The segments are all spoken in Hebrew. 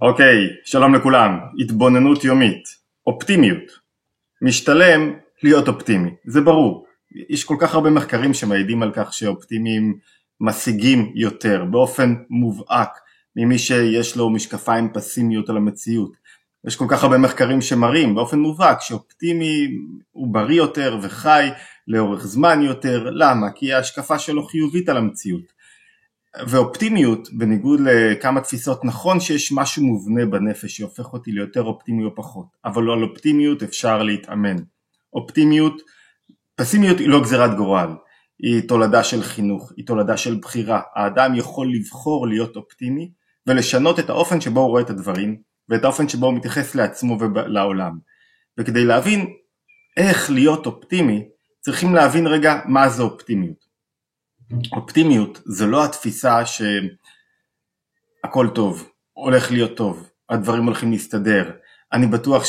אוקיי, שלום לכולם. התבוננות יומית. אופטימיות. משתלם להיות אופטימי, זה ברור. יש כל כך הרבה מחקרים שמעידים על כך שאופטימיים משיגים יותר, באופן מובהק, ממי שיש לו משקפיים פסימיות על המציאות. יש כל כך הרבה מחקרים שמראים באופן מובהק שאופטימי הוא בריא יותר וחי לאורך זמן יותר. למה? כי ההשקפה שלו חיובית על המציאות. ואופטימיות, בניגוד לכמה תפיסות, נכון שיש משהו מובנה בנפש שהופך אותי ליותר אופטימי או פחות, אבל לא על אופטימיות אפשר להתאמן. אופטימיות, פסימיות היא לא גזירת גורל, היא תולדה של חינוך, היא תולדה של בחירה. האדם יכול לבחור להיות אופטימי ולשנות את האופן שבו הוא רואה את הדברים ואת האופן שבו הוא מתייחס לעצמו ולעולם. וכדי להבין איך להיות אופטימי צריכים להבין רגע מה זה אופטימיות. אופטימיות זה לא התפיסה שהכל טוב, הולך להיות טוב, הדברים הולכים להסתדר, אני בטוח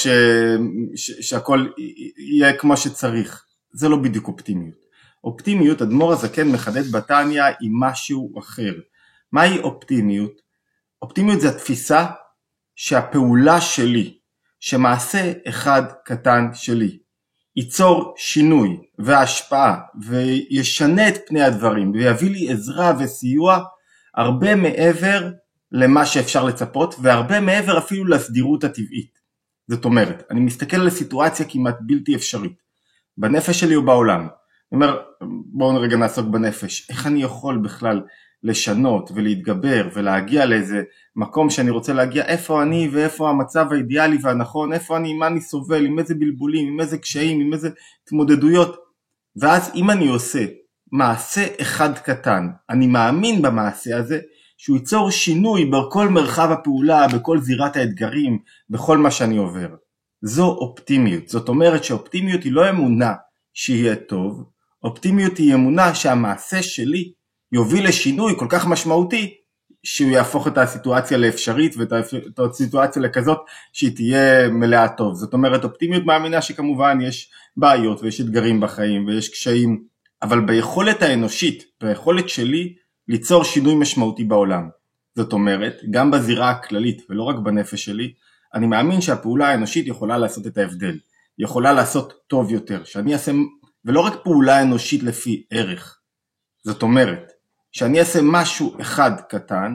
שהכל יהיה כמו שצריך. זה לא בדיוק אופטימיות. אופטימיות, אדמו"ר הזקן מחדד בתניא, היא משהו אחר. מהי אופטימיות? אופטימיות זה התפיסה שהפעולה שלי, שמעשה אחד קטן שלי, ייצור שינוי והשפעה וישנה את פני הדברים ויביא לי עזרה וסיוע הרבה מעבר למה שאפשר לצפות והרבה מעבר אפילו לסדירות הטבעית. זאת אומרת, אני מסתכל על סיטואציה כמעט בלתי אפשרית, בנפש שלי או בעולם. אני אומר, בואו רגע נעסוק בנפש. איך אני יכול בכלל לשנות ולהתגבר ולהגיע לאיזה מקום שאני רוצה להגיע? איפה אני ואיפה המצב האידיאלי והנכון? איפה אני, מה אני סובל, עם איזה בלבולים, עם איזה קשיים, עם איזה התמודדויות? ואז אם אני עושה מעשה אחד קטן, אני מאמין במעשה הזה שהוא ייצור שינוי בכל מרחב הפעולה, בכל זירת האתגרים, בכל מה שאני עובר. זו אופטימיות. זאת אומרת שאופטימיות היא לא אמונה שיהיה טוב, אופטימיות היא אמונה שהמעשה שלי יוביל לשינוי כל כך משמעותי שהוא יהפוך את הסיטואציה לאפשרית ואת הסיטואציה לכזאת שהיא תהיה מלאה טוב. זאת אומרת, אופטימיות מאמינה שכמובן יש בעיות ויש אתגרים בחיים ויש קשיים, אבל ביכולת האנושית, ביכולת שלי ליצור שינוי משמעותי בעולם. זאת אומרת, גם בזירה הכללית ולא רק בנפש שלי, אני מאמין שהפעולה האנושית יכולה לעשות את ההבדל, יכולה לעשות טוב יותר, שאני אעשה, ולא רק פעולה אנושית לפי ערך. זאת אומרת, שאני אעשה משהו אחד קטן,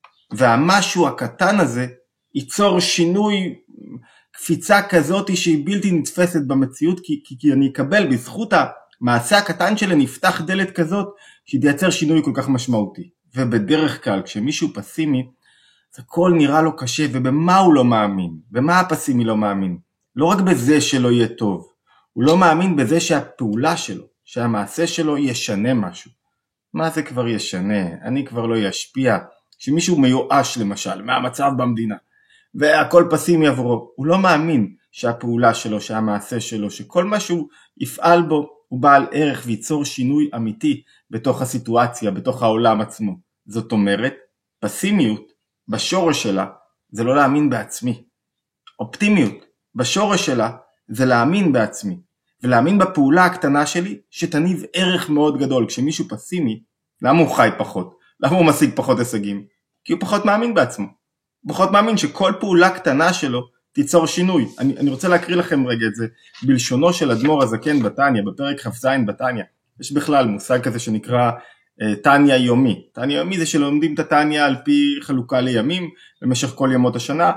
והמשהו הקטן הזה ייצור שינוי, קפיצה כזאת שהיא בלתי נתפסת במציאות, כי אני אקבל בזכות המעשה הקטן שלי נפתח דלת כזאת, שהיא תייצר שינוי כל כך משמעותי. ובדרך כלל, כשמישהו פסימי, זה הכל נראה לו קשה, ובמה הוא לא מאמין? במה הפסימי לא מאמין? לא רק בזה שלא יהיה טוב, הוא לא מאמין בזה שהפעולה שלו, שהמעשה שלו ישנה משהו. מה זה כבר ישנה? אני כבר לא ישפיע. שמישהו מיואש למשל מהמצב במדינה והכל פסימי עבורו, הוא לא מאמין שהפעולה שלו, שהמעשה שלו, שכל מה שהוא יפעל בו הוא בעל ערך וייצור שינוי אמיתי בתוך הסיטואציה, בתוך העולם עצמו. זאת אומרת, פסימיות בשורש שלה זה לא להאמין בעצמי. אופטימיות בשורש שלה זה להאמין בעצמי ולהאמין בפעולה הקטנה שלי שתניב ערך מאוד גדול. כשמישהו פסימי, למה הוא חי פחות? למה הוא משיג פחות הישגים? כי הוא פחות מאמין בעצמו. הוא פחות מאמין שכל פעולה קטנה שלו תיצור שינוי. אני רוצה להקריא לכם רגע את זה בלשונו של אדמו"ר הזקן בתניא, בפרק כ"ז בתניא. יש בכלל מושג כזה שנקרא תניא יומי. תניא יומי זה שלומדים את התניא על פי חלוקה לימים במשך כל ימות השנה,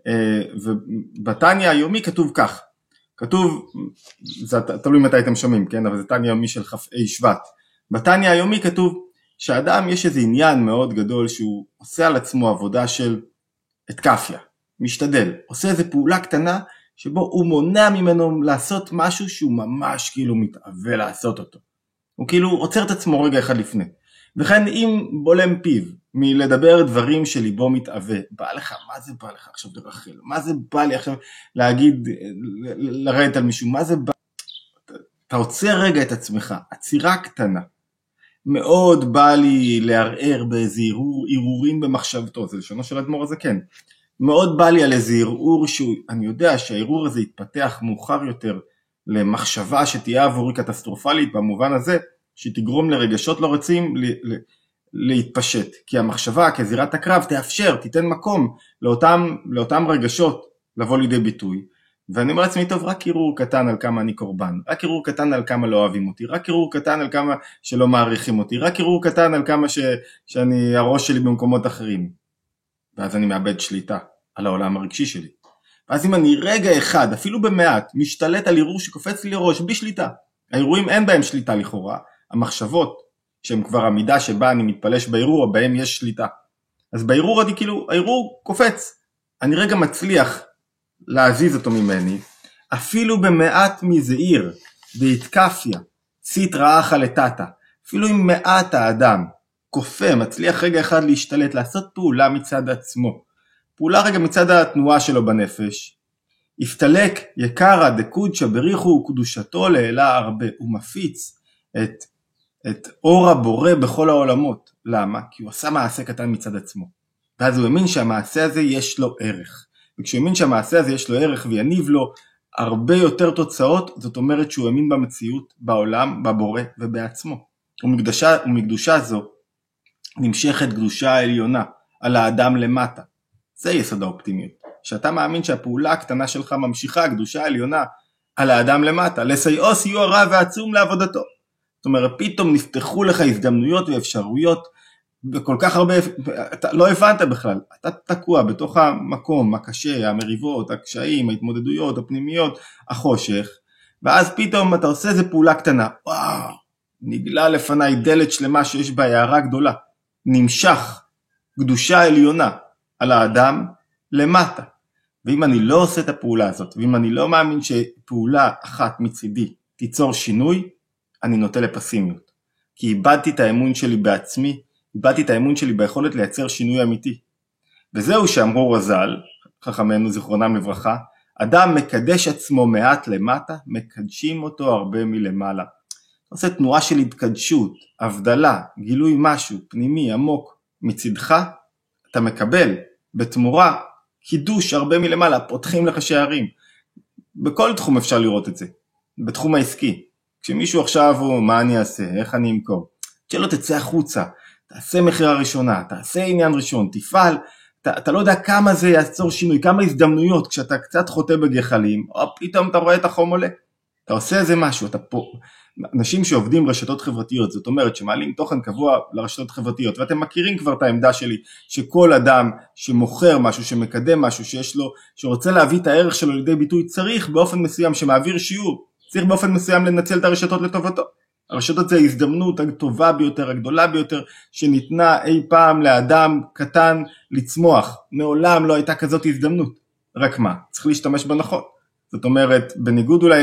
ובתניא היומי כתוב כך. כתוב, זה תלוי מתי אתם שומעים, כן? אבל זה תניא יומי של כ"ה שבט. בתניא היומי כתוב שהאדם יש איזה עניין מאוד גדול שהוא עושה על עצמו עבודה של התקפיה, משתדל, עושה איזה פעולה קטנה שבו הוא מונע ממנו לעשות משהו שהוא ממש כאילו מתאווה לעשות אותו. הוא כאילו עוצר את עצמו רגע אחד לפני. וכן אם בולם פיו מלדבר דברים שליבו מתאווה, בא לך, מה זה בא לך עכשיו לרחל? מה זה בא לי עכשיו להגיד, לרדת על מישהו? מה זה בא? אתה עוצר רגע את עצמך, עצירה קטנה. מאוד בא לי לערער באיזה ערעורים במחשבתו, זה לשונו של אדמו"ר הזקן. מאוד בא לי על איזה ערעור שאני יודע שהערעור הזה יתפתח מאוחר יותר למחשבה שתהיה עבורי קטסטרופלית, במובן הזה שתגרום לרגשות לא רצים להתפשט, כי המחשבה כזירת הקרב תאפשר, תיתן מקום לאותם רגשות לבוא לידי ביטוי, ואני אומר לעצמי, טוב, רק ערעור קטן על כמה אני קורבן, רק ערעור קטן על כמה לא אוהבים אותי, רק ערעור קטן על כמה שלא מעריכים אותי, רק ערעור קטן על כמה שאני הראש שלי במקומות אחרים, ואז אני מאבד שליטה על העולם הרגשי שלי. ואז אם אני רגע אחד, אפילו במעט, משתלט על ערעור שקופץ לי לראש בלי שליטה, הערעורים אין בהם שליטה לכאורה, המחשבות שהם כבר עמידה שבה אני מתפלש בערעור, בהם יש שליטה. אז בערעור הערעור קופץ, אני רגע מצליח להזיז אותו ממני, אפילו במעט מזעיר, בהתקפיה, ציטרא אחא לטאטא, אפילו אם מעט האדם קופא, מצליח רגע אחד להשתלט, לעשות פעולה מצד עצמו, פעולה רגע מצד התנועה שלו בנפש, יפתלק יקרא דקודשא בריחו וקדושתו לעילה הרבה, הוא מפיץ את אור הבורא בכל העולמות. למה? כי הוא עשה מעשה קטן מצד עצמו, ואז הוא האמין שהמעשה הזה יש לו ערך, וכשהוא האמין שהמעשה הזה יש לו ערך ויניב לו הרבה יותר תוצאות, זאת אומרת שהוא האמין במציאות, בעולם, בבורא ובעצמו. ומקדושה זו נמשכת קדושה העליונה על האדם למטה. זה יסוד האופטימיות, שאתה מאמין שהפעולה הקטנה שלך ממשיכה הקדושה העליונה על האדם למטה, לסייעו סיוע רב ועצום לעבודתו. זאת אומרת, פתאום נפתחו לך הזדמנויות ואפשרויות, וכל כך הרבה, אתה לא הבנת בכלל, אתה תקוע בתוך המקום הקשה, המריבות, הקשיים, ההתמודדויות, הפנימיות, החושך, ואז פתאום אתה עושה איזה פעולה קטנה, וואו, נגלה לפניי דלת שלמה שיש בה הערה גדולה, נמשך קדושה עליונה על האדם למטה. ואם אני לא עושה את הפעולה הזאת, ואם אני לא מאמין שפעולה אחת מצידי תיצור שינוי, אני נוטה לפסימיות. כי איבדתי את האמון שלי בעצמי, איבדתי את האמון שלי ביכולת לייצר שינוי אמיתי. וזהו שאמרו רז"ל, חכמינו זיכרונם לברכה, אדם מקדש עצמו מעט למטה, מקדשים אותו הרבה מלמעלה. עושה תנועה של התקדשות, הבדלה, גילוי משהו פנימי עמוק מצדך, אתה מקבל בתמורה קידוש הרבה מלמעלה, פותחים לך שערים. בכל תחום אפשר לראות את זה, בתחום העסקי. כשמישהו עכשיו הוא, מה אני אעשה, איך אני אמכור? שלא תצא החוצה, תעשה מחירה ראשונה, תעשה עניין ראשון, תפעל, אתה לא יודע כמה זה יעצור שינוי, כמה הזדמנויות, כשאתה קצת חוטא בגחלים, או פתאום אתה רואה את החום עולה, אתה עושה איזה משהו, אתה פה. אנשים שעובדים רשתות חברתיות, זאת אומרת שמעלים תוכן קבוע לרשתות חברתיות, ואתם מכירים כבר את העמדה שלי, שכל אדם שמוכר משהו, שמקדם משהו, שיש לו, שרוצה להביא את הערך שלו לידי ביטוי, צריך באופן מסוים שמעביר שיעור, צריך באופן מסוים לנצל את הרשתות לטובתו. הרשתות זה ההזדמנות הטובה ביותר, הגדולה ביותר, שניתנה אי פעם לאדם קטן לצמוח. מעולם לא הייתה כזאת הזדמנות. רק מה? צריך להשתמש בנכון. זאת אומרת, בניגוד אולי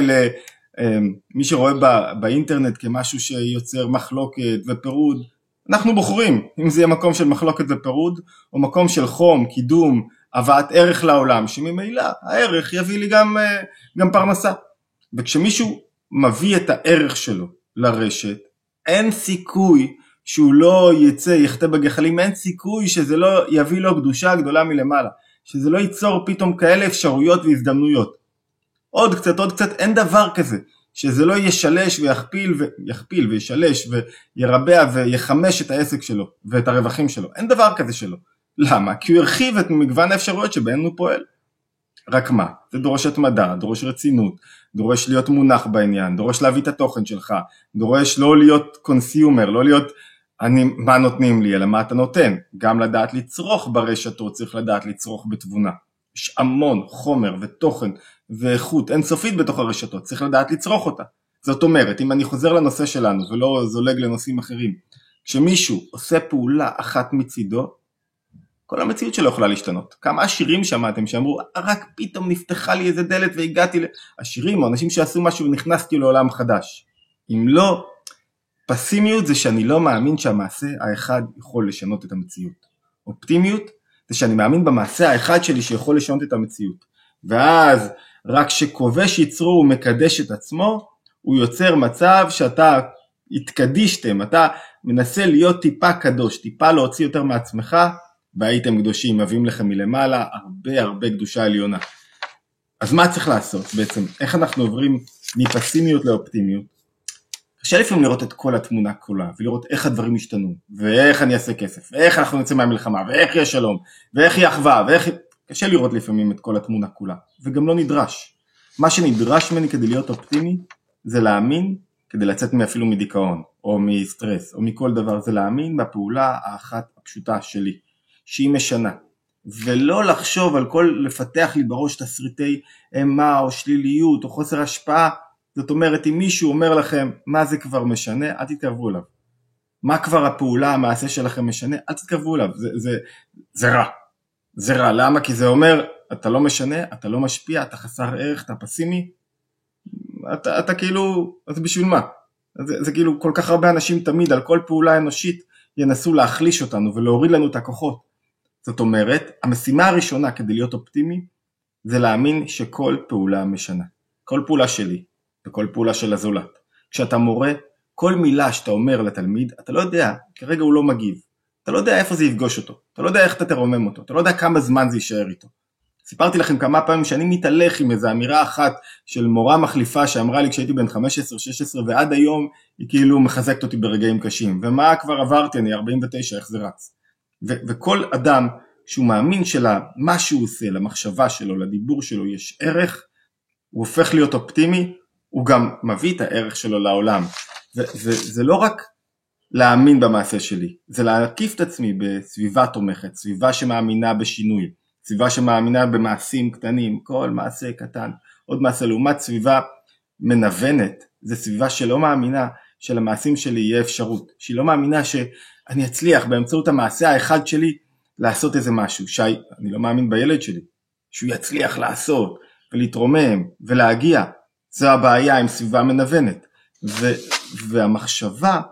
למי שרואה באינטרנט כמשהו שיוצר מחלוקת ופירוד, אנחנו בוחרים אם זה יהיה מקום של מחלוקת ופירוד, או מקום של חום, קידום, הבאת ערך לעולם, שממילא הערך יביא לי גם פרנסה. וכשמישהו מביא את הערך שלו לרשת, אין סיכוי שהוא לא יצא, יחטא בגחלים, אין סיכוי שזה לא יביא לו קדושה גדולה מלמעלה, שזה לא ייצור פתאום כאלה אפשרויות והזדמנויות. עוד קצת, אין דבר כזה, שזה לא ישלש ויכפיל וישלש וירבע ויחמש את העסק שלו ואת הרווחים שלו. אין דבר כזה שלו. למה? כי הוא הרחיב את מגוון האפשרויות שבהן הוא פועל. רק מה? זה דורש התמדה, דורש רצינות, דורש להיות מונח בעניין, דורש להביא את התוכן שלך, דורש לא להיות קונסיומר, לא להיות מה נותנים לי, אלא מה אתה נותן. גם לדעת לצרוך ברשתות, צריך לדעת לצרוך בתבונה. יש המון חומר ותוכן ואיכות אינסופית בתוך הרשתות, צריך לדעת לצרוך אותה. זאת אומרת, אם אני חוזר לנושא שלנו ולא זולג לנושאים אחרים, כשמישהו עושה פעולה אחת מצידו, כל המציאות שלו יכולה להשתנות. כמה עשירים שמעתם שאמרו, רק פתאום נפתחה לי איזה דלת והגעתי עשירים או אנשים שעשו משהו ונכנסתי לעולם חדש. אם לא, פסימיות זה שאני לא מאמין שהמעשה האחד יכול לשנות את המציאות. אופטימיות זה שאני מאמין במעשה האחד שלי שיכול לשנות את המציאות. ואז רק שכובש יצרו ומקדש את עצמו, הוא יוצר מצב שאתה התקדישתם, אתה מנסה להיות טיפה קדוש, טיפה להוציא יותר מעצמך, והייתם קדושים, מביאים לכם מלמעלה הרבה קדושה עליונה. אז מה צריך לעשות בעצם? איך אנחנו עוברים מפסימיות לאופטימיות? קשה לפעמים לראות את כל התמונה כולה, ולראות איך הדברים השתנו, ואיך אני אעשה כסף, ואיך אנחנו נצא מהמלחמה, ואיך יהיה שלום, ואיך יהיה אחווה, קשה לראות לפעמים את כל התמונה כולה, וגם לא נדרש. מה שנדרש ממני כדי להיות אופטימי, זה להאמין, כדי לצאת אפילו מדיכאון, או מסטרס, או מכל דבר, זה להאמין בפעולה האחת הפשוטה שלי, שהיא משנה. ולא לחשוב על לפתח לי בראש תסריטי אימה, או שליליות, או חוסר השפעה. זאת אומרת, אם מישהו אומר לכם, מה זה כבר משנה, אל תתקרבו אליו. מה כבר הפעולה, המעשה שלכם משנה, אל תתקרבו אליו. זה רע. זה רע. למה? כי זה אומר, אתה לא משנה, אתה לא משפיע, אתה חסר ערך, אתה פסימי. אתה כאילו, אז בשביל מה? זה כאילו, כל כך הרבה אנשים תמיד, על כל פעולה אנושית, ינסו להחליש אותנו ולהוריד לנו את הכוחות. זאת אומרת, המשימה הראשונה כדי להיות אופטימי, זה להאמין שכל פעולה משנה. כל פעולה שלי, וכל פעולה של הזולת. כשאתה מורה, כל מילה שאתה אומר לתלמיד, אתה לא יודע, כרגע הוא לא מגיב. אתה לא יודע איפה זה יפגוש אותו. אתה לא יודע איך אתה תרומם אותו. אתה לא יודע כמה זמן זה יישאר איתו. סיפרתי לכם כמה פעמים שאני מתהלך עם איזו אמירה אחת של מורה מחליפה שאמרה לי כשהייתי בן 15-16 ועד היום היא כאילו מחזקת אותי ברגעים קשים. ומה כבר עברתי? אני 49, איך זה רץ? וכל אדם שהוא מאמין מה שהוא עושה, למחשבה שלו, לדיבור שלו יש ערך, הוא הופך להיות אופטימי, הוא גם מביא את הערך שלו לעולם. זה לא רק להאמין במעשה שלי, זה להקיף את עצמי בסביבה תומכת, סביבה שמאמינה בשינוי, סביבה שמאמינה במעשים קטנים, כל מעשה קטן, עוד מעשה לעומת סביבה מנוונת, זה סביבה שלא מאמינה שלמעשים שלי יהיה אפשרות, שהיא לא מאמינה שאני אצליח באמצעות המעשה האחד שלי לעשות איזה משהו, אני לא מאמין בילד שלי, שהוא יצליח לעשות ולהתרומם ולהגיע, זו הבעיה עם סביבה מנוונת, והמחשבה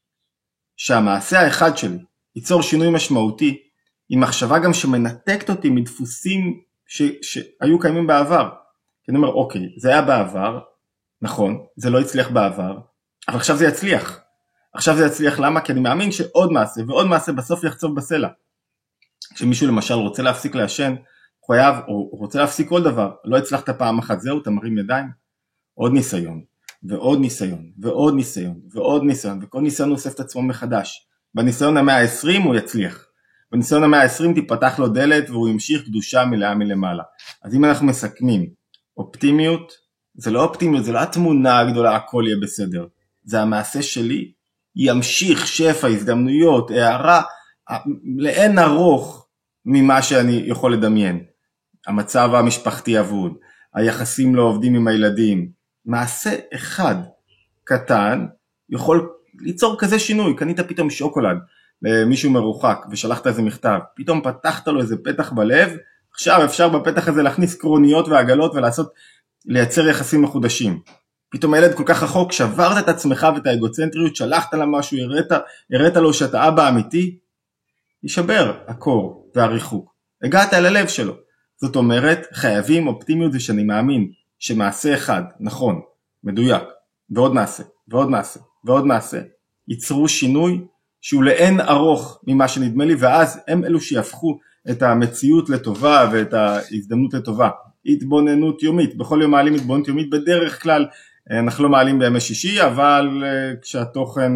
שהמעשה האחד שלי ייצור שינוי משמעותי, היא מחשבה גם שמנתקת אותי מדפוסים שהיו קיימים בעבר. כי אני אומר, אוקיי, זה היה בעבר, נכון, זה לא הצליח בעבר, אבל עכשיו זה יצליח. עכשיו זה יצליח, למה? כי אני מאמין שעוד מעשה ועוד מעשה בסוף יחצוב בסלע. כשמישהו למשל רוצה להפסיק לעשן, הוא חייב, או רוצה להפסיק כל דבר, לא הצלחת פעם אחת, זהו, אתה מרים ידיים, עוד ניסיון, ועוד ניסיון, ועוד ניסיון, ועוד ניסיון, וכל ניסיון נוסף את עצמו מחדש. בניסיון ה-120 הוא יצליח. בניסיון ה-120 תיפתח לו דלת והוא ימשיך קדושה מלאה מלמעלה. אז אם אנחנו מסכמים, אופטימיות, זה לא אופטימיות, זה לא התמונה הגדולה, הכל יהיה בסדר. זה המעשה שלי, ימשיך שפע, הזדמנויות, הערה, לאין ארוך ממה שאני יכול לדמיין. המצב המשפחתי אבוד, היחסים לא עובדים עם הילדים. מעשה אחד קטן יכול ליצור כזה שינוי. קנית פתאום שוקולד למישהו מרוחק ושלחת איזה מכתב, פתאום פתחת לו איזה פתח בלב, עכשיו אפשר בפתח הזה להכניס קרוניות ועגלות לייצר יחסים מחודשים. פתאום הילד כל כך רחוק, שברת את עצמך ואת האגוצנטריות, שלחת לה משהו, הראת לו שאתה אבא אמיתי, יישבר הקור והריחוק. הגעת אל הלב שלו. זאת אומרת, חייבים אופטימיות זה שאני מאמין שמעשה אחד, נכון, מדויק, ועוד מעשה, ועוד מעשה, ועוד מעשה, ייצרו שינוי שהוא לאין ארוך ממה שנדמה לי, ואז הם אלו שיהפכו את המציאות לטובה ואת ההזדמנות לטובה. התבוננות יומית, בכל יום מעלים התבוננות יומית, בדרך כלל אנחנו לא מעלים בימי שישי, אבל כשהתוכן,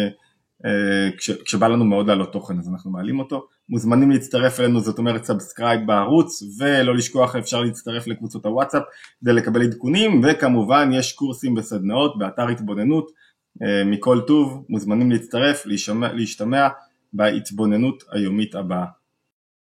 כשבא לנו מאוד לעלות תוכן אז אנחנו מעלים אותו. מוזמנים להצטרף אלינו, זאת אומרת סאבסקרייב בערוץ, ולא לשכוח אפשר להצטרף לקבוצות הוואטסאפ כדי לקבל עדכונים, וכמובן יש קורסים וסדנאות באתר התבוננות. מכל טוב, מוזמנים להצטרף, להשתמע בהתבוננות היומית הבאה.